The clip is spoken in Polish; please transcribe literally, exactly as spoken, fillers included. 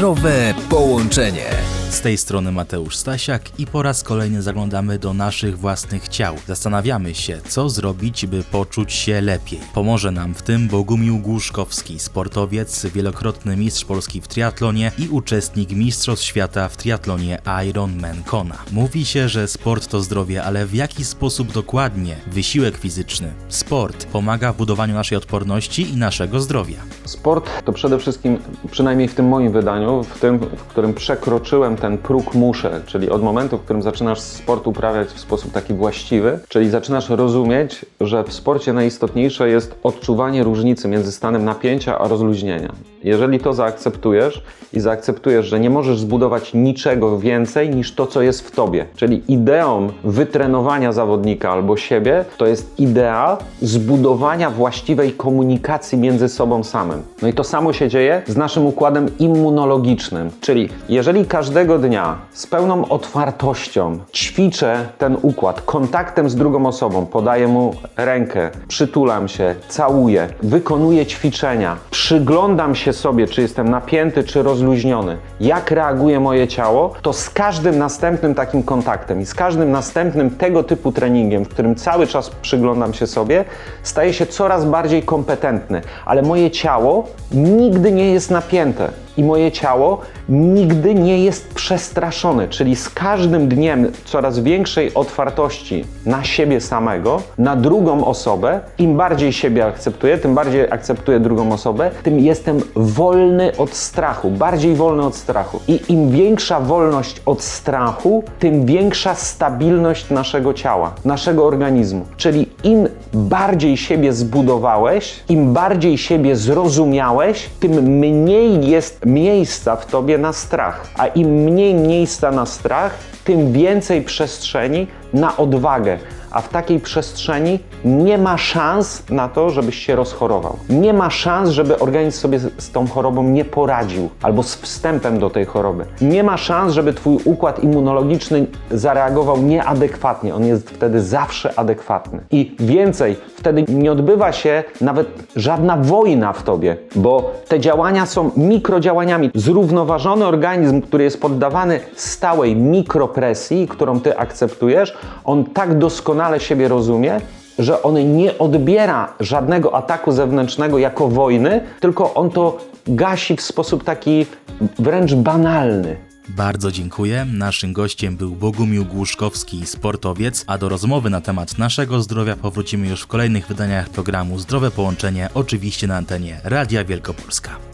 Zdrowe połączenie. Z tej strony Mateusz Stasiak i po raz kolejny zaglądamy do naszych własnych ciał. Zastanawiamy się, co zrobić, by poczuć się lepiej. Pomoże nam w tym Bogumił Głuszkowski, sportowiec, wielokrotny mistrz Polski w triatlonie i uczestnik Mistrzostw Świata w triatlonie Ironman Kona. Mówi się, że sport to zdrowie, ale w jaki sposób dokładnie wysiłek fizyczny, sport pomaga w budowaniu naszej odporności i naszego zdrowia? Sport to przede wszystkim, przynajmniej w tym moim wydaniu, w tym, w którym przekroczyłem ten próg muszę, czyli od momentu, w którym zaczynasz sport uprawiać w sposób taki właściwy, czyli zaczynasz rozumieć, że w sporcie najistotniejsze jest odczuwanie różnicy między stanem napięcia a rozluźnienia. Jeżeli to zaakceptujesz i zaakceptujesz, że nie możesz zbudować niczego więcej niż to, co jest w tobie, czyli ideą wytrenowania zawodnika albo siebie, to jest idea zbudowania właściwej komunikacji między sobą samym. No i to samo się dzieje z naszym układem immunologicznym, czyli jeżeli każdego dnia z pełną otwartością ćwiczę ten układ kontaktem z drugą osobą, podaję mu rękę, przytulam się, całuję, wykonuję ćwiczenia, przyglądam się sobie, czy jestem napięty, czy rozluźniony, jak reaguje moje ciało, to z każdym następnym takim kontaktem i z każdym następnym tego typu treningiem, w którym cały czas przyglądam się sobie, staję się coraz bardziej kompetentny, ale moje ciało nigdy nie jest napięte. I moje ciało nigdy nie jest przestraszone, czyli z każdym dniem coraz większej otwartości na siebie samego, na drugą osobę, im bardziej siebie akceptuję, tym bardziej akceptuję drugą osobę, tym jestem wolny od strachu, bardziej wolny od strachu. I im większa wolność od strachu, tym większa stabilność naszego ciała, naszego organizmu. Czyli im bardziej siebie zbudowałeś, im bardziej siebie zrozumiałeś, tym mniej jest miejsca w tobie na strach, a im mniej miejsca na strach, tym więcej przestrzeni na odwagę, a w takiej przestrzeni nie ma szans na to, żebyś się rozchorował. Nie ma szans, żeby organizm sobie z tą chorobą nie poradził, albo z wstępem do tej choroby. Nie ma szans, żeby twój układ immunologiczny zareagował nieadekwatnie. On jest wtedy zawsze adekwatny. I więcej, wtedy nie odbywa się nawet żadna wojna w tobie, bo te działania są mikrodziałaniami. Zrównoważony organizm, który jest poddawany stałej mikropresji, którą ty akceptujesz, on tak doskonale siebie rozumie, że on nie odbiera żadnego ataku zewnętrznego jako wojny, tylko on to gasi w sposób taki wręcz banalny. Bardzo dziękuję. Naszym gościem był Bogumił Głuszkowski, sportowiec, a do rozmowy na temat naszego zdrowia powrócimy już w kolejnych wydaniach programu Zdrowe Połączenie, oczywiście na antenie Radia Wielkopolska.